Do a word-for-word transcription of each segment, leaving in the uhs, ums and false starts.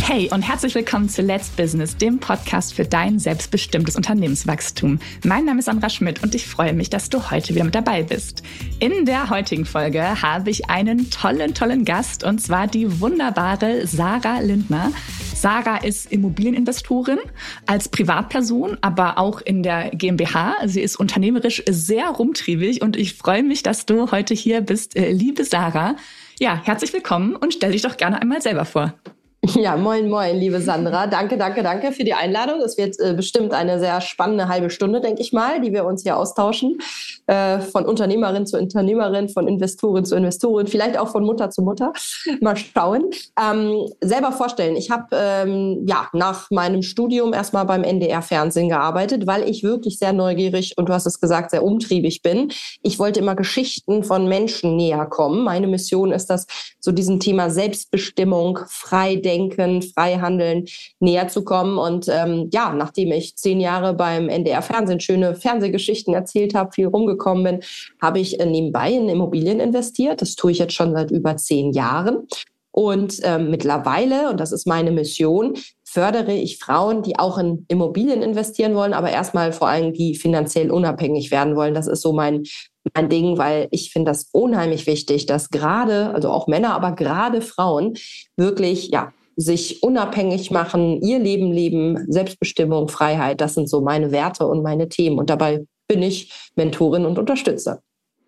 Hey und herzlich willkommen zu Let's Business, dem Podcast für dein selbstbestimmtes Unternehmenswachstum. Mein Name ist Sandra Schmidt und ich freue mich, dass du heute wieder mit dabei bist. In der heutigen Folge habe ich einen tollen, tollen Gast und zwar die wunderbare Sarah Lindner. Sarah ist Immobilieninvestorin als Privatperson, aber auch in der GmbH. Sie ist unternehmerisch sehr rumtriebig und ich freue mich, dass du heute hier bist, liebe Sarah. Ja, herzlich willkommen und stell dich doch gerne einmal selber vor. Ja, moin, moin, liebe Sandra. Danke, danke, danke für die Einladung. Es wird äh, bestimmt eine sehr spannende halbe Stunde, denke ich mal, die wir uns hier austauschen. Äh, von Unternehmerin zu Unternehmerin, von Investorin zu Investorin, vielleicht auch von Mutter zu Mutter. Mal schauen. Ähm, selber vorstellen. Ich habe ähm, ja nach meinem Studium erstmal beim N D R-Fernsehen gearbeitet, weil ich wirklich sehr neugierig und du hast es gesagt, sehr umtriebig bin. Ich wollte immer Geschichten von Menschen näher kommen. Meine Mission ist das, so diesem Thema Selbstbestimmung, Freidenken, Denken, frei handeln, näher zu kommen. Und ähm, ja, nachdem ich zehn Jahre beim N D R-Fernsehen schöne Fernsehgeschichten erzählt habe, viel rumgekommen bin, habe ich äh, nebenbei in Immobilien investiert. Das tue ich jetzt schon seit über zehn Jahren. Und ähm, mittlerweile, und das ist meine Mission, fördere ich Frauen, die auch in Immobilien investieren wollen, aber erstmal vor allem, die finanziell unabhängig werden wollen. Das ist so mein mein Ding, weil ich finde das unheimlich wichtig, dass gerade, also auch Männer, aber gerade Frauen wirklich, ja, sich unabhängig machen, ihr Leben leben, Selbstbestimmung, Freiheit, das sind so meine Werte und meine Themen. Und dabei bin ich Mentorin und Unterstützer.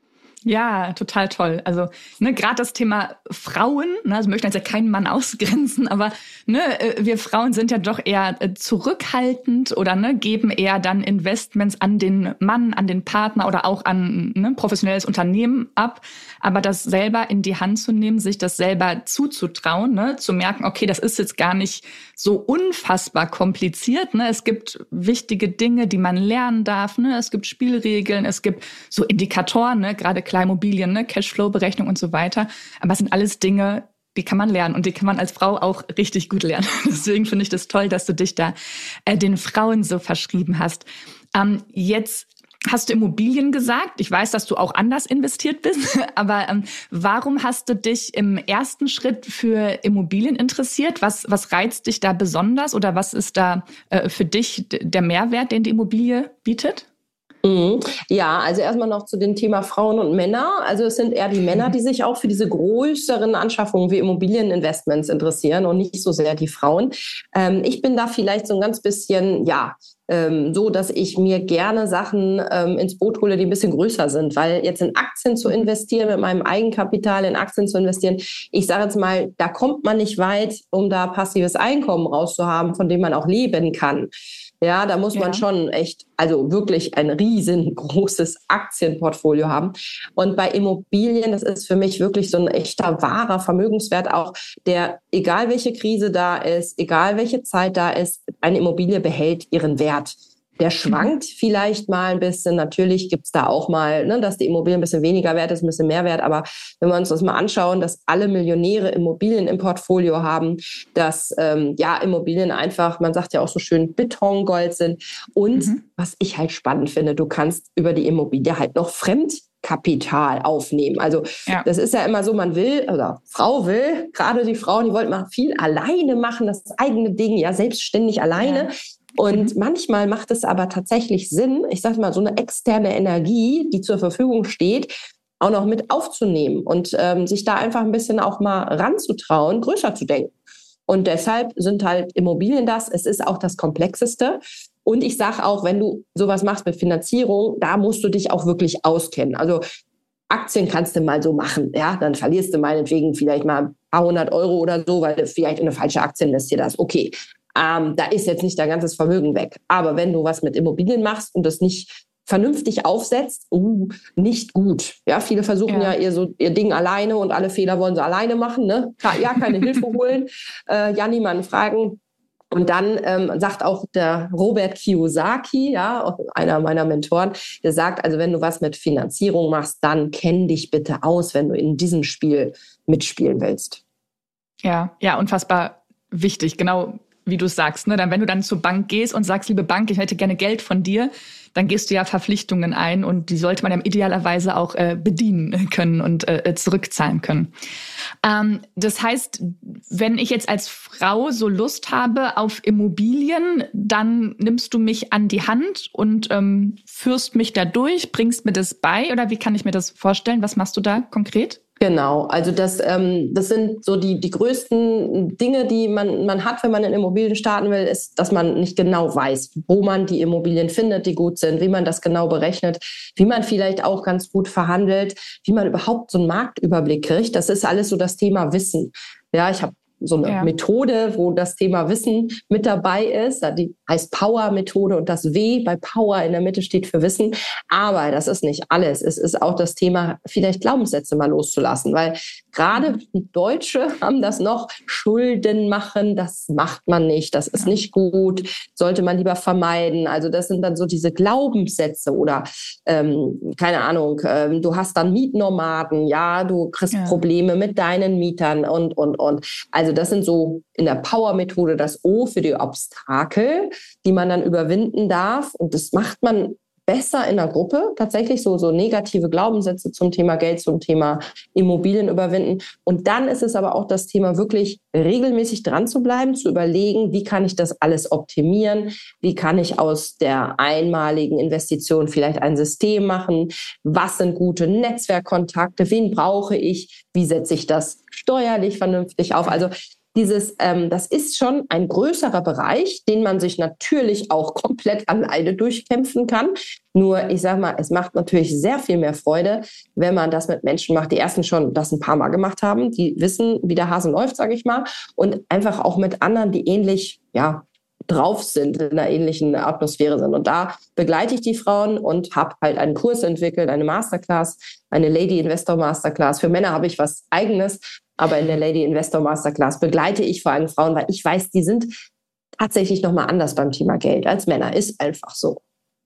Ja, total toll. Also ne, gerade das Thema Frauen, ne, also möchten jetzt ja keinen Mann ausgrenzen, aber ne, wir Frauen sind ja doch eher zurückhaltend oder ne, geben eher dann Investments an den Mann, an den Partner oder auch an ne, professionelles Unternehmen ab. Aber das selber in die Hand zu nehmen, sich das selber zuzutrauen, ne, zu merken, okay, das ist jetzt gar nicht so unfassbar kompliziert. Ne? Es gibt wichtige Dinge, die man lernen darf. Ne? Es gibt Spielregeln, es gibt so Indikatoren, ne, gerade Kleinimmobilien, ne, Cashflow-Berechnung und so weiter. Aber es sind alles Dinge, die kann man lernen und die kann man als Frau auch richtig gut lernen. Deswegen finde ich das toll, dass du dich da äh, den Frauen so verschrieben hast. Ähm, jetzt hast du Immobilien gesagt. Ich weiß, dass du auch anders investiert bist. Aber ähm, warum hast du dich im ersten Schritt für Immobilien interessiert? Was, was reizt dich da besonders oder was ist da äh, für dich der Mehrwert, den die Immobilie bietet? Mhm. Ja, also erstmal noch zu dem Thema Frauen und Männer. Also es sind eher die Männer, die sich auch für diese größeren Anschaffungen wie Immobilieninvestments interessieren und nicht so sehr die Frauen. Ähm, ich bin da vielleicht so ein ganz bisschen, ja, ähm, so, dass ich mir gerne Sachen ähm, ins Boot hole, die ein bisschen größer sind. Weil jetzt in Aktien zu investieren, mit meinem Eigenkapital in Aktien zu investieren, ich sage jetzt mal, da kommt man nicht weit, um da passives Einkommen rauszuhaben, von dem man auch leben kann. Ja, da muss man ja. schon echt, also wirklich ein riesengroßes Aktienportfolio haben. Und bei Immobilien, das ist für mich wirklich so ein echter, wahrer Vermögenswert auch, der, egal welche Krise da ist, egal welche Zeit da ist, eine Immobilie behält ihren Wert. Der schwankt vielleicht mal ein bisschen. Natürlich gibt's da auch mal, ne, dass die Immobilie ein bisschen weniger wert ist, ein bisschen mehr wert. Aber wenn wir uns das mal anschauen, dass alle Millionäre Immobilien im Portfolio haben, dass ähm, ja Immobilien einfach, man sagt ja auch so schön, Betongold sind. Und mhm. was ich halt spannend finde, du kannst über die Immobilie halt noch Fremdkapital aufnehmen. Also ja. das ist ja immer so, man will, oder Frau will, gerade die Frauen, die wollten mal viel alleine machen, das eigene Ding, ja selbstständig alleine. Ja. Und mhm. manchmal macht es aber tatsächlich Sinn, ich sage mal, so eine externe Energie, die zur Verfügung steht, auch noch mit aufzunehmen und ähm, sich da einfach ein bisschen auch mal ranzutrauen, größer zu denken. Und deshalb sind halt Immobilien das, es ist auch das Komplexeste. Und ich sage auch, wenn du sowas machst mit Finanzierung, da musst du dich auch wirklich auskennen. Also Aktien kannst du mal so machen, ja, dann verlierst du meinetwegen vielleicht mal ein paar hundert Euro oder so, weil du vielleicht in eine falsche Aktie investiert hast. Okay. Ähm, da ist jetzt nicht dein ganzes Vermögen weg. Aber wenn du was mit Immobilien machst und das nicht vernünftig aufsetzt, uh, nicht gut. Ja, viele versuchen ja, ja ihr, so, ihr Ding alleine und alle Fehler wollen sie alleine machen. Ne? Ja, keine Hilfe holen, äh, ja, niemanden fragen. Und dann ähm, sagt auch der Robert Kiyosaki, ja, einer meiner Mentoren, der sagt, also wenn du was mit Finanzierung machst, dann kenn dich bitte aus, wenn du in diesem Spiel mitspielen willst. Ja, ja, unfassbar wichtig. Genau wie du sagst, ne? Dann, wenn du dann zur Bank gehst und sagst, liebe Bank, ich hätte gerne Geld von dir, dann gehst du ja Verpflichtungen ein und die sollte man ja idealerweise auch äh, bedienen können und äh, zurückzahlen können. Ähm, das heißt, wenn ich jetzt als Frau so Lust habe auf Immobilien, dann nimmst du mich an die Hand und ähm, führst mich da durch, bringst mir das bei, oder wie kann ich mir das vorstellen? Was machst du da konkret? Genau, also das, ähm, das sind so die, die größten Dinge, die man, man hat, wenn man in Immobilien starten will, ist, dass man nicht genau weiß, wo man die Immobilien findet, die gut sind, wie man das genau berechnet, wie man vielleicht auch ganz gut verhandelt, wie man überhaupt so einen Marktüberblick kriegt. Das ist alles so das Thema Wissen. Ja, ich habe so eine ja. Methode, wo das Thema Wissen mit dabei ist. Die heißt Power-Methode und das W bei Power in der Mitte steht für Wissen. Aber das ist nicht alles. Es ist auch das Thema, vielleicht Glaubenssätze mal loszulassen, weil gerade die Deutsche haben das noch, Schulden machen, das macht man nicht, das ist nicht gut, sollte man lieber vermeiden. Also das sind dann so diese Glaubenssätze oder ähm, keine Ahnung, ähm, du hast dann Mietnomaden, ja, du kriegst ja. Probleme mit deinen Mietern und, und, und. Also das sind so in der Power-Methode das O für die Obstakel, die man dann überwinden darf. Und das macht man besser in der Gruppe, tatsächlich so, so negative Glaubenssätze zum Thema Geld, zum Thema Immobilien überwinden. Und dann ist es aber auch das Thema, wirklich regelmäßig dran zu bleiben, zu überlegen, wie kann ich das alles optimieren? Wie kann ich aus der einmaligen Investition vielleicht ein System machen? Was sind gute Netzwerkkontakte? Wen brauche ich? Wie setze ich das steuerlich vernünftig auf? Also Dieses, ähm, das ist schon ein größerer Bereich, den man sich natürlich auch komplett alleine durchkämpfen kann. Nur, ich sage mal, es macht natürlich sehr viel mehr Freude, wenn man das mit Menschen macht, die ersten schon das ein paar Mal gemacht haben, die wissen, wie der Hase läuft, sage ich mal, und einfach auch mit anderen, die ähnlich, ja, drauf sind, in einer ähnlichen Atmosphäre sind. Und da begleite ich die Frauen und habe halt einen Kurs entwickelt, eine Masterclass, eine Lady Investor Masterclass. Für Männer habe ich was Eigenes, aber in der Lady Investor Masterclass begleite ich vor allem Frauen, weil ich weiß, die sind tatsächlich nochmal anders beim Thema Geld als Männer. Ist einfach so.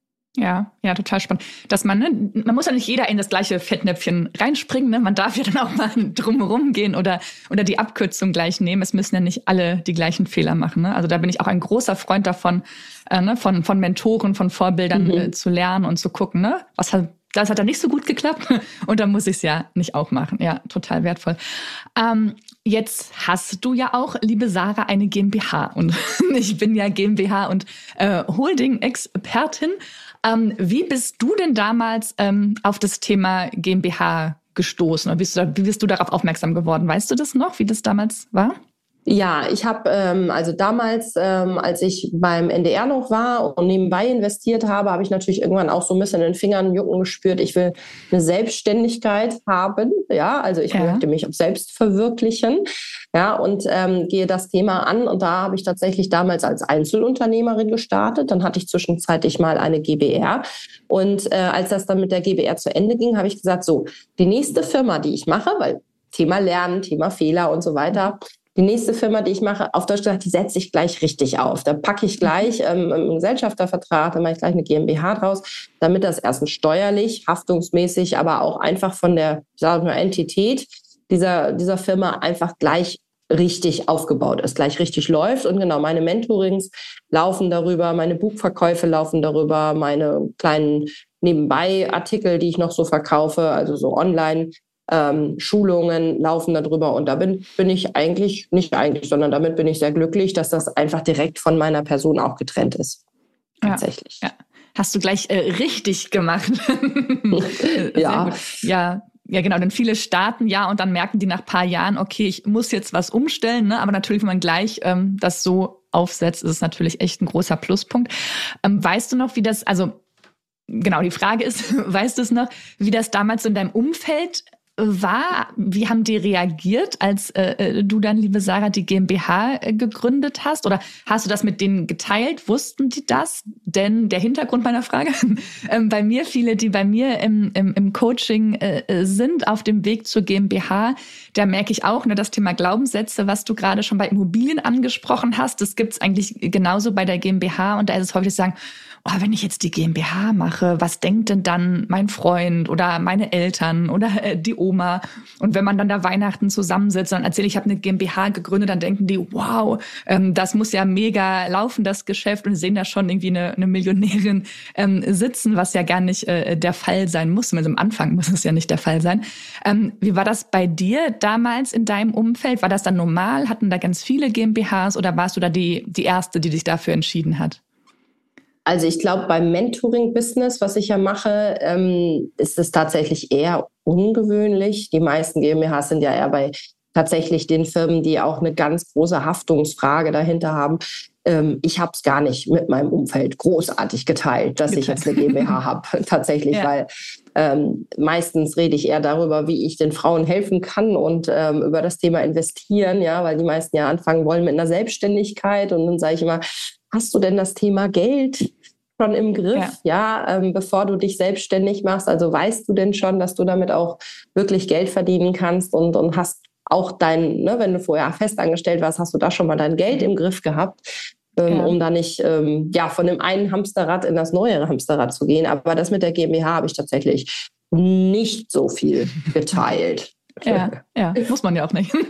Ja, ja, total spannend. Dass man, ne, man muss ja nicht jeder in das gleiche Fettnäpfchen reinspringen, ne? Man darf ja dann auch mal drumherum gehen oder, oder die Abkürzung gleich nehmen. Es müssen ja nicht alle die gleichen Fehler machen, ne? Also da bin ich auch ein großer Freund davon, äh, ne, von, von Mentoren, von Vorbildern mhm. äh, zu lernen und zu gucken, ne? Was hat, das hat dann nicht so gut geklappt und dann muss ich es ja nicht auch machen. Ja, total wertvoll. Ähm, jetzt hast du ja auch, liebe Sarah, eine GmbH und ich bin ja GmbH und äh, Holding-Expertin. Ähm, wie bist du denn damals ähm, auf das Thema GmbH gestoßen? Oder bist du, wie bist du darauf aufmerksam geworden? Weißt du das noch, wie das damals war? Ja, ich habe ähm, also damals, ähm, als ich beim N D R noch war und nebenbei investiert habe, habe ich natürlich irgendwann auch so ein bisschen in den Fingern jucken gespürt. Ich will eine Selbstständigkeit haben, ja, also ich ja. möchte mich auch selbst verwirklichen, ja, und ähm, gehe das Thema an. Und da habe ich tatsächlich damals als Einzelunternehmerin gestartet. Dann hatte ich zwischenzeitlich mal eine GbR. Und äh, als das dann mit der GbR zu Ende ging, habe ich gesagt, so, die nächste Firma, die ich mache, weil Thema Lernen, Thema Fehler und so weiter, die nächste Firma, die ich mache, auf Deutsch gesagt, die setze ich gleich richtig auf. Da packe ich gleich ähm, einen Gesellschaftervertrag, dann mache ich gleich eine GmbH draus, damit das erstens steuerlich, haftungsmäßig, aber auch einfach von der, sagen wir, Entität dieser, dieser Firma einfach gleich richtig aufgebaut ist, gleich richtig läuft. Und genau, meine Mentorings laufen darüber, meine Buchverkäufe laufen darüber, meine kleinen Nebenbei-Artikel, die ich noch so verkaufe, also so online Ähm, Schulungen laufen darüber und da bin, bin ich eigentlich, nicht eigentlich, sondern damit bin ich sehr glücklich, dass das einfach direkt von meiner Person auch getrennt ist. Tatsächlich. Ja, ja. Hast du gleich äh, richtig gemacht. ja. Gut. Ja. Ja, genau, denn viele starten ja und dann merken die nach ein paar Jahren, okay, ich muss jetzt was umstellen, ne? Aber natürlich, wenn man gleich ähm, das so aufsetzt, ist es natürlich echt ein großer Pluspunkt. Ähm, weißt du noch, wie das, also genau, die Frage ist, weißt du es noch, wie das damals in deinem Umfeld war? Wie haben die reagiert, als äh, du dann, liebe Sarah, die GmbH äh, gegründet hast? Oder hast du das mit denen geteilt? Wussten die das? Denn der Hintergrund meiner Frage, ähm, bei mir, viele, die bei mir im, im, im Coaching äh, sind, auf dem Weg zur GmbH, da merke ich auch, ne, das Thema Glaubenssätze, was du gerade schon bei Immobilien angesprochen hast, das gibt es eigentlich genauso bei der GmbH. Und da ist es häufig zu sagen, oh, wenn ich jetzt die GmbH mache, was denkt denn dann mein Freund oder meine Eltern oder äh, die Oma. Und wenn man dann da Weihnachten zusammensitzt und erzählt, ich habe eine GmbH gegründet, dann denken die, wow, ähm, das muss ja mega laufen, das Geschäft. Und sehen da schon irgendwie eine, eine Millionärin ähm, sitzen, was ja gar nicht äh, der Fall sein muss. Also am Anfang muss es ja nicht der Fall sein. Ähm, wie war das bei dir damals in deinem Umfeld? War das dann normal? Hatten da ganz viele GmbHs oder warst du da die, die Erste, die dich dafür entschieden hat? Also ich glaube, beim Mentoring-Business, was ich ja mache, ähm, ist es tatsächlich eher ungewöhnlich. Die meisten GmbHs sind ja eher bei tatsächlich den Firmen, die auch eine ganz große Haftungsfrage dahinter haben. Ähm, ich habe es gar nicht mit meinem Umfeld großartig geteilt, dass Bitte. ich jetzt eine GmbH habe, tatsächlich, ja. weil ähm, meistens rede ich eher darüber, wie ich den Frauen helfen kann und ähm, über das Thema investieren, ja, weil die meisten ja anfangen wollen mit einer Selbstständigkeit und dann sage ich immer, hast du denn das Thema Geld schon im Griff, ja, ja ähm, bevor du dich selbstständig machst? Also weißt du denn schon, dass du damit auch wirklich Geld verdienen kannst und, und hast auch dein, ne, wenn du vorher festangestellt warst, hast du da schon mal dein Geld im Griff gehabt, ähm, ja. um da nicht ähm, ja, von dem einen Hamsterrad in das neue Hamsterrad zu gehen. Aber das mit der GmbH habe ich tatsächlich nicht so viel geteilt. Ja, ja, muss man ja auch nicht.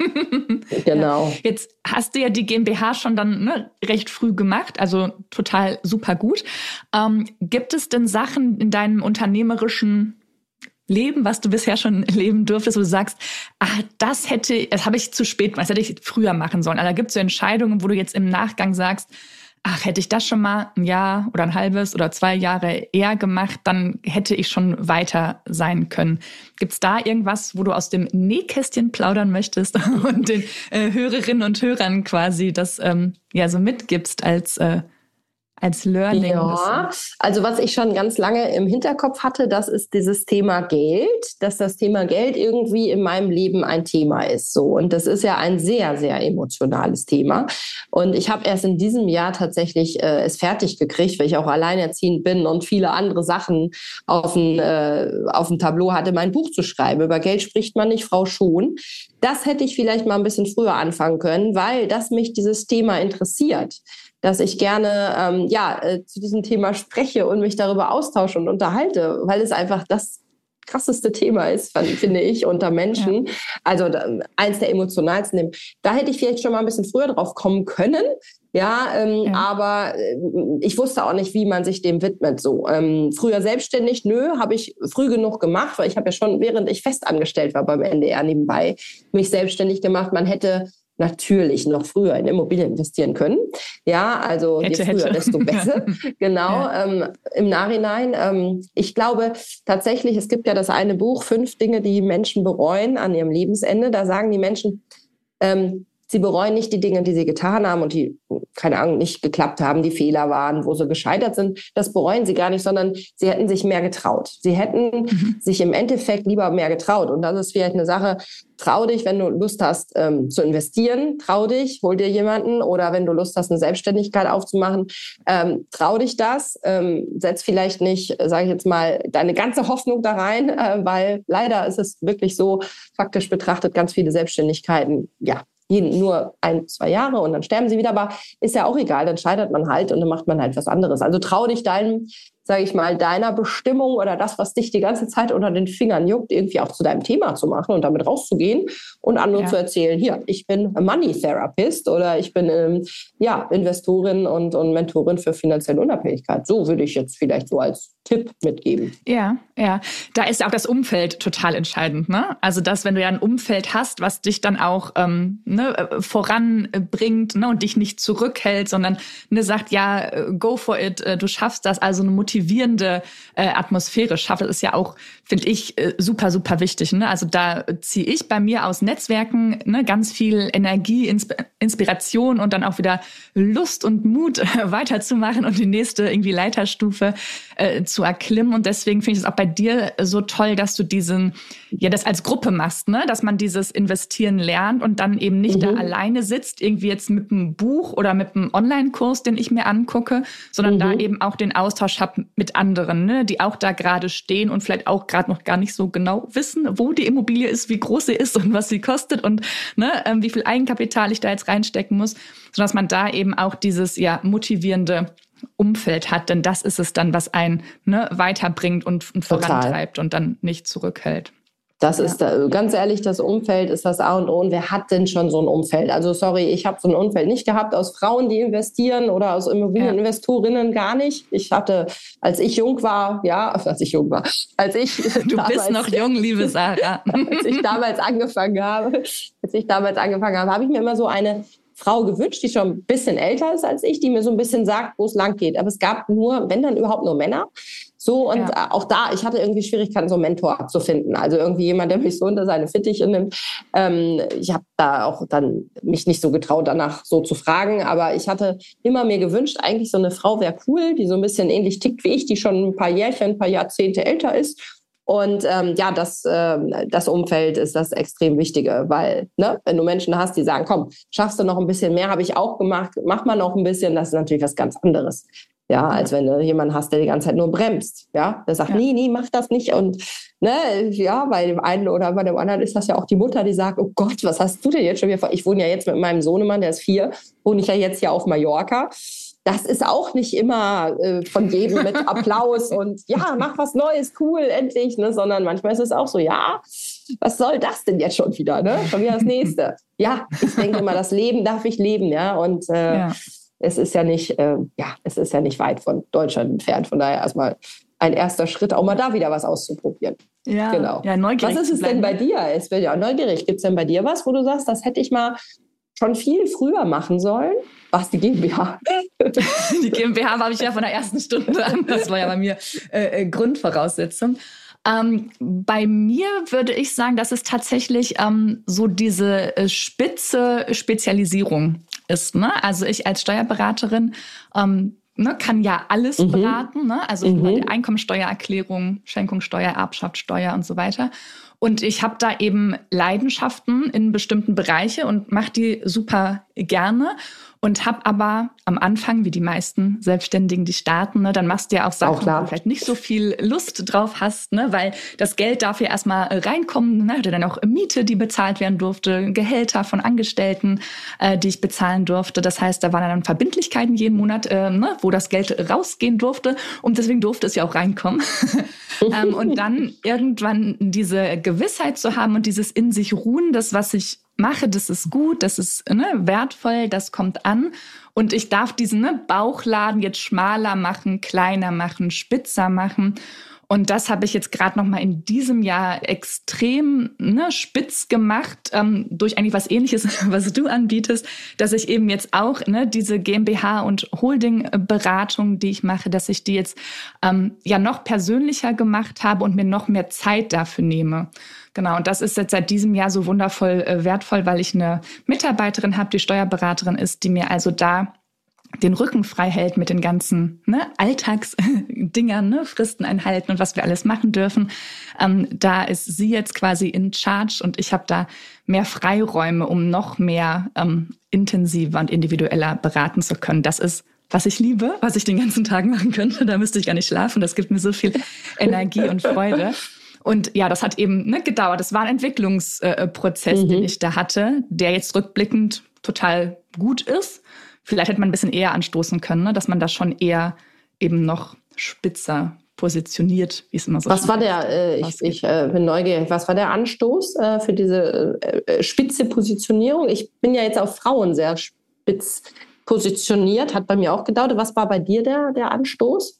Genau. Ja. Jetzt hast du ja die GmbH schon dann ne, recht früh gemacht, also total super gut. Ähm, gibt es denn Sachen in deinem unternehmerischen Leben, was du bisher schon leben durftest, wo du sagst, ach, das hätte, das habe ich zu spät gemacht, das hätte ich früher machen sollen. Also da gibt es so Entscheidungen, wo du jetzt im Nachgang sagst, ach, hätte ich das schon mal ein Jahr oder ein halbes oder zwei Jahre eher gemacht, dann hätte ich schon weiter sein können. Gibt's da irgendwas, wo du aus dem Nähkästchen plaudern möchtest und den äh, Hörerinnen und Hörern quasi das ähm, ja so mitgibst als äh, als Learning? Ja, also was ich schon ganz lange im Hinterkopf hatte, das ist dieses Thema Geld, dass das Thema Geld irgendwie in meinem Leben ein Thema ist. So, und das ist ja ein sehr, sehr emotionales Thema. Und ich habe erst in diesem Jahr tatsächlich äh, es fertig gekriegt, weil ich auch alleinerziehend bin und viele andere Sachen auf dem äh, auf dem Tableau hatte, mein Buch zu schreiben. Über Geld spricht man nicht, Frau Schon. Das hätte ich vielleicht mal ein bisschen früher anfangen können, weil das mich dieses Thema interessiert, dass ich gerne ähm, ja äh, zu diesem Thema spreche und mich darüber austausche und unterhalte, weil es einfach das krasseste Thema ist, finde ich, unter Menschen. Ja. Also eins der emotionalsten. Da hätte ich vielleicht schon mal ein bisschen früher drauf kommen können. Ja, ähm, ja. aber äh, ich wusste auch nicht, wie man sich dem widmet. So ähm, früher selbstständig, nö, habe ich früh genug gemacht, weil ich habe ja schon, während ich festangestellt war beim N D R nebenbei, mich selbstständig gemacht. Man hätte natürlich noch früher in Immobilien investieren können. Ja, also hätte, je früher, hätte. desto besser. Genau. Ja. Ähm, im Nachhinein, ähm, ich glaube tatsächlich, es gibt ja das eine Buch, Fünf Dinge, die Menschen bereuen an ihrem Lebensende. Da sagen die Menschen, ähm, sie bereuen nicht die Dinge, die sie getan haben und die, keine Ahnung, nicht geklappt haben, die Fehler waren, wo sie gescheitert sind. Das bereuen sie gar nicht, sondern sie hätten sich mehr getraut. Sie hätten mhm. sich im Endeffekt lieber mehr getraut. Und das ist vielleicht eine Sache, trau dich, wenn du Lust hast ähm, zu investieren, trau dich, hol dir jemanden. Oder wenn du Lust hast, eine Selbstständigkeit aufzumachen, ähm, trau dich das. Ähm, setz vielleicht nicht, sage ich jetzt mal, deine ganze Hoffnung da rein, äh, weil leider ist es wirklich so, faktisch betrachtet, ganz viele Selbstständigkeiten, ja, nur ein, zwei Jahre und dann sterben sie wieder, aber ist ja auch egal, dann scheitert man halt und dann macht man halt was anderes. Also trau dich deinem, sage ich mal, deiner Bestimmung oder das, was dich die ganze Zeit unter den Fingern juckt, irgendwie auch zu deinem Thema zu machen und damit rauszugehen und anderen ja. zu erzählen, hier, ich bin Money Therapist oder ich bin ähm, ja, Investorin und, und Mentorin für finanzielle Unabhängigkeit. So würde ich jetzt vielleicht so als Tipp mitgeben. Ja, ja. Da ist auch das Umfeld total entscheidend, ne? Also, dass, wenn du ja ein Umfeld hast, was dich dann auch ähm, ne, voranbringt, ne, und dich nicht zurückhält, sondern ne, sagt, ja, go for it, du schaffst das, also eine motivierende äh, Atmosphäre schafft, das ist ja auch, finde ich, äh, super, super wichtig, ne? Also da ziehe ich bei mir aus Netzwerken ne, ganz viel Energie, Insp- Inspiration und dann auch wieder Lust und Mut äh, weiterzumachen und die nächste irgendwie Leiterstufe äh, zu erklimmen. Und deswegen finde ich es auch bei dir so toll, dass du diesen, ja, das als Gruppe machst, ne? Dass man dieses Investieren lernt und dann eben nicht mhm. da alleine sitzt, irgendwie jetzt mit einem Buch oder mit einem Online-Kurs, den ich mir angucke, sondern mhm. da eben auch den Austausch habe mit anderen, ne? Die auch da gerade stehen und vielleicht auch gerade noch gar nicht so genau wissen, wo die Immobilie ist, wie groß sie ist und was sie kostet und ne, ähm, wie viel Eigenkapital ich da jetzt reinstecken muss, sondern dass man da eben auch dieses ja motivierende Umfeld hat, denn das ist es dann, was einen ne, weiterbringt und, und vorantreibt und dann nicht zurückhält. Das ja. ist da, ganz ehrlich, das Umfeld ist das A und O. Und wer hat denn schon so ein Umfeld? Also sorry, ich habe so ein Umfeld nicht gehabt aus Frauen, die investieren oder aus Immobilieninvestorinnen ja. gar nicht. Ich hatte, als ich jung war, ja, als ich jung war, als ich du damals, bist noch jung, liebe Sarah. als ich damals angefangen habe, als ich damals angefangen habe, habe ich mir immer so eine Frau gewünscht, die schon ein bisschen älter ist als ich, die mir so ein bisschen sagt, wo es lang geht. Aber es gab nur, wenn dann überhaupt nur Männer. So, und ja. auch da, ich hatte irgendwie Schwierigkeiten, so einen Mentor zu finden. Also irgendwie jemand, der mich so unter seine Fittiche nimmt. Ähm, ich habe da auch dann mich nicht so getraut, danach so zu fragen. Aber ich hatte immer mir gewünscht, eigentlich so eine Frau wäre cool, die so ein bisschen ähnlich tickt wie ich, die schon ein paar Jährchen, ein paar Jahrzehnte älter ist. Und ähm, ja, das, ähm, das Umfeld ist das extrem Wichtige, weil ne, wenn du Menschen hast, die sagen, komm, schaffst du noch ein bisschen mehr, habe ich auch gemacht, mach mal noch ein bisschen, das ist natürlich was ganz anderes. Ja, als wenn du jemanden hast, der die ganze Zeit nur bremst. Ja, der sagt, ja. nee, nee, mach das nicht. Und ne, ja, bei dem einen oder bei dem anderen ist das ja auch die Mutter, die sagt, oh Gott, was hast du denn jetzt schon wieder vor? Ich wohne ja jetzt mit meinem Sohnemann, der ist vier, wohne ich ja jetzt hier auf Mallorca. Das ist auch nicht immer äh, von jedem mit Applaus und ja, mach was Neues, cool, endlich, ne? Sondern manchmal ist es auch so, ja, was soll das denn jetzt schon wieder, ne? Schon wieder das Nächste. Ja, ich denke immer, das Leben darf ich leben, ja, und äh, ja. es ist ja nicht, äh, ja, es ist ja nicht weit von Deutschland entfernt, von daher erstmal ein erster Schritt, auch mal da wieder was auszuprobieren. Ja, genau. Ja, neugierig. Was ist es denn bei dir? Es wird ja neugierig. Gibt es denn bei dir was, wo du sagst, das hätte ich mal schon viel früher machen sollen? Was, die GmbH? Die GmbH habe ich ja von der ersten Stunde an. Das war ja bei mir äh, Grundvoraussetzung. Ähm, bei mir würde ich sagen, dass es tatsächlich ähm, so diese äh, spitze Spezialisierung ist. Ne? Also ich als Steuerberaterin ähm, ne, kann ja alles mhm. beraten. Ne? Also mhm. die Einkommensteuererklärung, Schenkungssteuer, Erbschaftssteuer und so weiter. Und ich habe da eben Leidenschaften in bestimmten Bereiche und mache die super gerne. Und habe aber am Anfang, wie die meisten Selbstständigen, die starten, ne, dann machst du ja auch Sachen, auch wo du vielleicht nicht so viel Lust drauf hast, ne, weil das Geld darf ja erstmal reinkommen. Ne, hatte dann auch Miete, die bezahlt werden durfte, Gehälter von Angestellten, äh, die ich bezahlen durfte. Das heißt, da waren dann Verbindlichkeiten jeden Monat, äh, ne, wo das Geld rausgehen durfte. Und deswegen durfte es ja auch reinkommen. ähm, und dann irgendwann diese Gewissheit zu haben und dieses in sich ruhen, das, was ich mache, das ist gut, das ist ne, wertvoll, das kommt an. Und ich darf diesen ne, Bauchladen jetzt schmaler machen, kleiner machen, spitzer machen. Und das habe ich jetzt gerade noch mal in diesem Jahr extrem ne, spitz gemacht, ähm, durch eigentlich was Ähnliches, was du anbietest, dass ich eben jetzt auch ne, diese GmbH- und Holding-Beratung, die ich mache, dass ich die jetzt ähm, ja noch persönlicher gemacht habe und mir noch mehr Zeit dafür nehme. Genau, und das ist jetzt seit diesem Jahr so wundervoll äh, wertvoll, weil ich eine Mitarbeiterin habe, die Steuerberaterin ist, die mir also da den Rücken frei hält mit den ganzen ne, Alltagsdingern, ne, Fristen einhalten und was wir alles machen dürfen. Ähm, da ist sie jetzt quasi in charge und ich habe da mehr Freiräume, um noch mehr ähm, intensiver und individueller beraten zu können. Das ist, was ich liebe, was ich den ganzen Tag machen könnte. Da müsste ich gar nicht schlafen. Das gibt mir so viel Energie und Freude. Und ja, das hat eben ne, gedauert. Das war ein Entwicklungsprozess, mhm. den ich da hatte, der jetzt rückblickend total gut ist. Vielleicht hätte man ein bisschen eher anstoßen können, ne? Dass man das schon eher eben noch spitzer positioniert, wie es immer so Was war der, äh, ich, ich äh, bin neugierig, was war der Anstoß äh, für diese äh, spitze Positionierung? Ich bin ja jetzt auf Frauen sehr spitz positioniert, hat bei mir auch gedauert. Was war bei dir der, der Anstoß?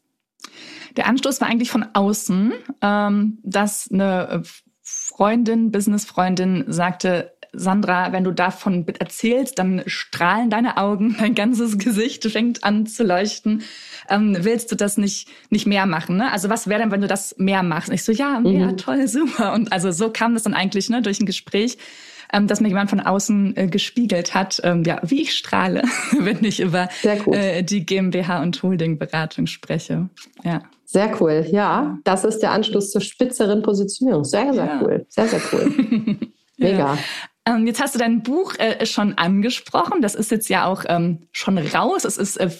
Der Anstoß war eigentlich von außen, ähm, dass eine Freundin, Businessfreundin sagte, Sandra, wenn du davon erzählst, dann strahlen deine Augen, dein ganzes Gesicht fängt an zu leuchten. Ähm, willst du das nicht nicht mehr machen? Ne? Also was wäre denn, wenn du das mehr machst? Und ich so, ja, mehr, mhm. toll, super. Und also so kam das dann eigentlich ne, durch ein Gespräch, ähm, dass mir jemand von außen äh, gespiegelt hat, ähm, ja, wie ich strahle, wenn ich über äh, die GmbH und Holding-Beratung spreche. Ja. Sehr cool, ja. Das ist der Anschluss zur spitzeren Positionierung. Sehr, sehr ja. cool. Sehr, sehr cool. Mega. Ja. Ähm, jetzt hast du dein Buch äh, schon angesprochen. Das ist jetzt ja auch ähm, schon raus. Es ist äh,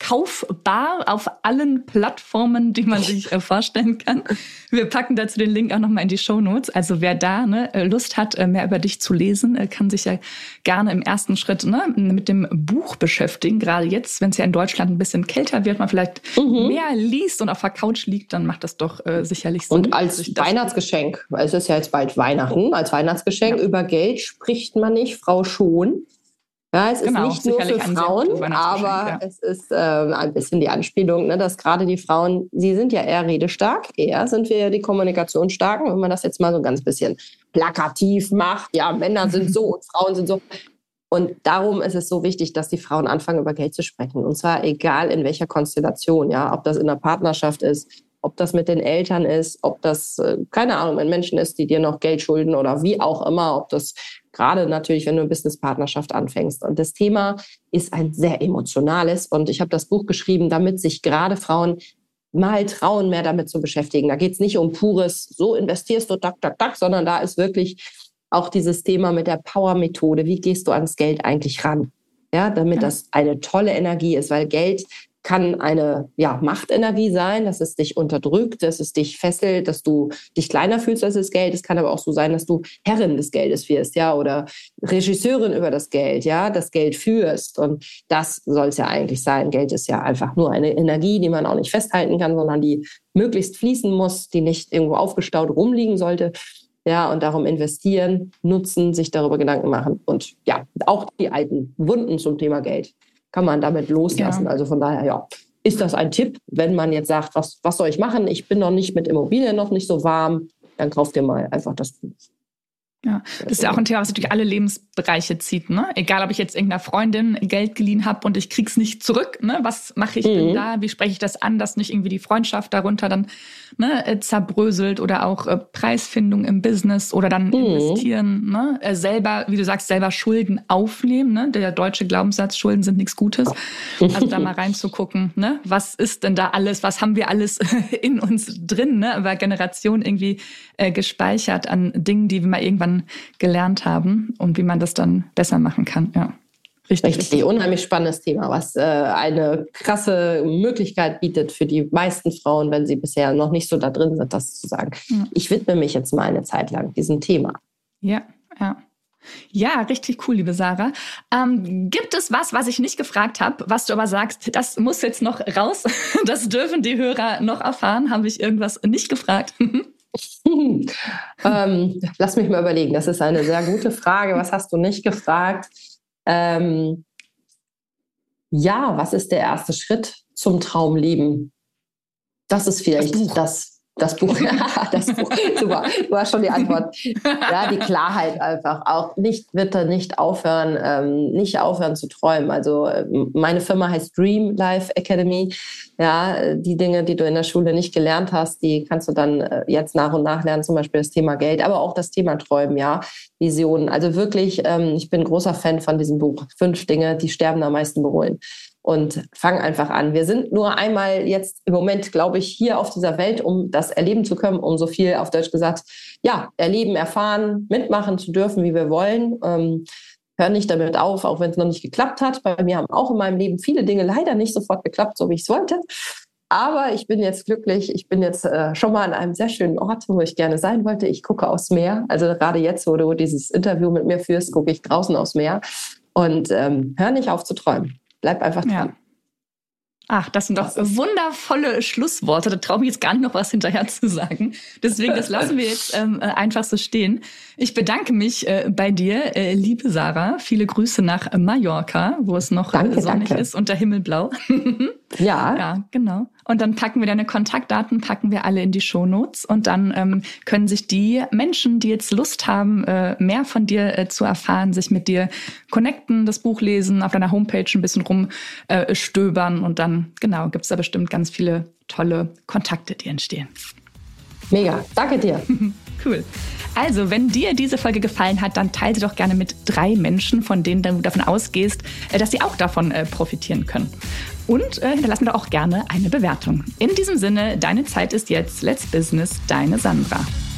kaufbar auf allen Plattformen, die man sich äh, vorstellen kann. Wir packen dazu den Link auch nochmal in die Shownotes. Also wer da ne, Lust hat, mehr über dich zu lesen, kann sich ja gerne im ersten Schritt ne, mit dem Buch beschäftigen. Gerade jetzt, wenn es ja in Deutschland ein bisschen kälter wird, man vielleicht mhm. mehr liest und auf der Couch liegt, dann macht das doch äh, sicherlich Sinn. Und als Weihnachtsgeschenk, weil es ist ja jetzt bald Weihnachten, als Weihnachtsgeschenk, ja. über Geld spricht man nicht, Frau schon. Ja, es genau, ist nicht nur für Frauen, aber ja. es ist äh, ein bisschen die Anspielung, ne, dass gerade die Frauen, sie sind ja eher redestark, eher sind wir ja die Kommunikationsstarken, wenn man das jetzt mal so ganz bisschen plakativ macht. Ja, Männer sind so und Frauen sind so. Und darum ist es so wichtig, dass die Frauen anfangen, über Geld zu sprechen. Und zwar egal in welcher Konstellation, ja, ob das in der Partnerschaft ist, ob das mit den Eltern ist, ob das, keine Ahnung, mit Menschen ist, die dir noch Geld schulden oder wie auch immer, ob das gerade natürlich, wenn du eine Business-Partnerschaft anfängst. Und das Thema ist ein sehr emotionales und ich habe das Buch geschrieben, damit sich gerade Frauen mal trauen, mehr damit zu beschäftigen. Da geht es nicht um pures, so investierst du, tak, tak, tak, sondern da ist wirklich auch dieses Thema mit der Power-Methode. Wie gehst du ans Geld eigentlich ran? Ja, damit ja. das eine tolle Energie ist, weil Geld kann eine ja, Machtenergie sein, dass es dich unterdrückt, dass es dich fesselt, dass du dich kleiner fühlst als das Geld. Es kann aber auch so sein, dass du Herrin des Geldes wirst, ja, oder Regisseurin über das Geld, ja, das Geld führst. Und das soll es ja eigentlich sein. Geld ist ja einfach nur eine Energie, die man auch nicht festhalten kann, sondern die möglichst fließen muss, die nicht irgendwo aufgestaut rumliegen sollte. Ja, und darum investieren, nutzen, sich darüber Gedanken machen. Und ja, auch die alten Wunden zum Thema Geld kann man damit loslassen. Ja. Also von daher, ja, ist das ein Tipp, wenn man jetzt sagt, was, was soll ich machen? Ich bin noch nicht mit Immobilien noch nicht so warm, dann kauft ihr mal einfach das Buch. Ja, das ist ja auch ein Thema, was natürlich alle Lebensbereiche zieht, ne? Egal, ob ich jetzt irgendeiner Freundin Geld geliehen habe und ich krieg's nicht zurück, ne? Was mache ich mhm. denn da? Wie spreche ich das an, dass nicht irgendwie die Freundschaft darunter dann ne, zerbröselt oder auch äh, Preisfindung im Business oder dann mhm. investieren, ne? Äh, selber, wie du sagst, selber Schulden aufnehmen, ne? Der deutsche Glaubenssatz, Schulden sind nichts Gutes. Also da mal reinzugucken, ne? Was ist denn da alles, was haben wir alles in uns drin, ne? Über Generationen irgendwie äh, gespeichert an Dingen, die wir mal irgendwann gelernt haben und wie man das dann besser machen kann. Ja, richtig. Richtig, unheimlich spannendes Thema, was äh, eine krasse Möglichkeit bietet für die meisten Frauen, wenn sie bisher noch nicht so da drin sind, das zu sagen. Ja. Ich widme mich jetzt mal eine Zeit lang diesem Thema. Ja, ja. Ja, richtig cool, liebe Sarah. Ähm, gibt es was, was ich nicht gefragt habe, was du aber sagst, das muss jetzt noch raus, das dürfen die Hörer noch erfahren? Habe ich irgendwas nicht gefragt? ähm, lass mich mal überlegen. Das ist eine sehr gute Frage. Was hast du nicht gefragt? Ähm, ja, was ist der erste Schritt zum Traumleben? Das ist vielleicht das Buch. Das, das Buch. das Buch. Super. Du hast schon die Antwort. Ja, die Klarheit einfach. Auch nicht, bitte nicht aufhören, ähm, nicht aufhören zu träumen. Also meine Firma heißt Dream Life Academy. Ja, die Dinge, die du in der Schule nicht gelernt hast, die kannst du dann äh, jetzt nach und nach lernen, zum Beispiel das Thema Geld, aber auch das Thema Träumen, ja, Visionen. Also wirklich, ähm, ich bin großer Fan von diesem Buch. Fünf Dinge, die Sterben am meisten bereuen. Und fang einfach an. Wir sind nur einmal jetzt im Moment, glaube ich, hier auf dieser Welt, um das erleben zu können, um so viel, auf Deutsch gesagt, ja, erleben, erfahren, mitmachen zu dürfen, wie wir wollen. Ähm, hör nicht damit auf, auch wenn es noch nicht geklappt hat. Bei mir haben auch in meinem Leben viele Dinge leider nicht sofort geklappt, so wie ich es wollte. Aber ich bin jetzt glücklich. Ich bin jetzt äh, schon mal an einem sehr schönen Ort, wo ich gerne sein wollte. Ich gucke aufs Meer. Also gerade jetzt, wo du dieses Interview mit mir führst, gucke ich draußen aufs Meer. Und ähm, hör nicht auf zu träumen. Bleib einfach dran. Ja. Ach, das sind doch wundervolle Schlussworte. Da traue ich jetzt gar nicht noch was hinterher zu sagen. Deswegen, das lassen wir jetzt ähm, einfach so stehen. Ich bedanke mich äh, bei dir, äh, liebe Sarah. Viele Grüße nach Mallorca, wo es noch danke, sonnig danke. ist und der Himmel blau. Ja. Ja, genau. Und dann packen wir deine Kontaktdaten, packen wir alle in die Shownotes. Und dann ähm, können sich die Menschen, die jetzt Lust haben, äh, mehr von dir äh, zu erfahren, sich mit dir connecten, das Buch lesen, auf deiner Homepage ein bisschen rumstöbern. Äh, und dann, genau, gibt es da bestimmt ganz viele tolle Kontakte, die entstehen. Mega, danke dir. Cool. Also, wenn dir diese Folge gefallen hat, dann teile sie doch gerne mit drei Menschen, von denen du davon ausgehst, dass sie auch davon profitieren können. Und äh, hinterlassen doch auch gerne eine Bewertung. In diesem Sinne, deine Zeit ist jetzt. Let's Business, deine Sandra.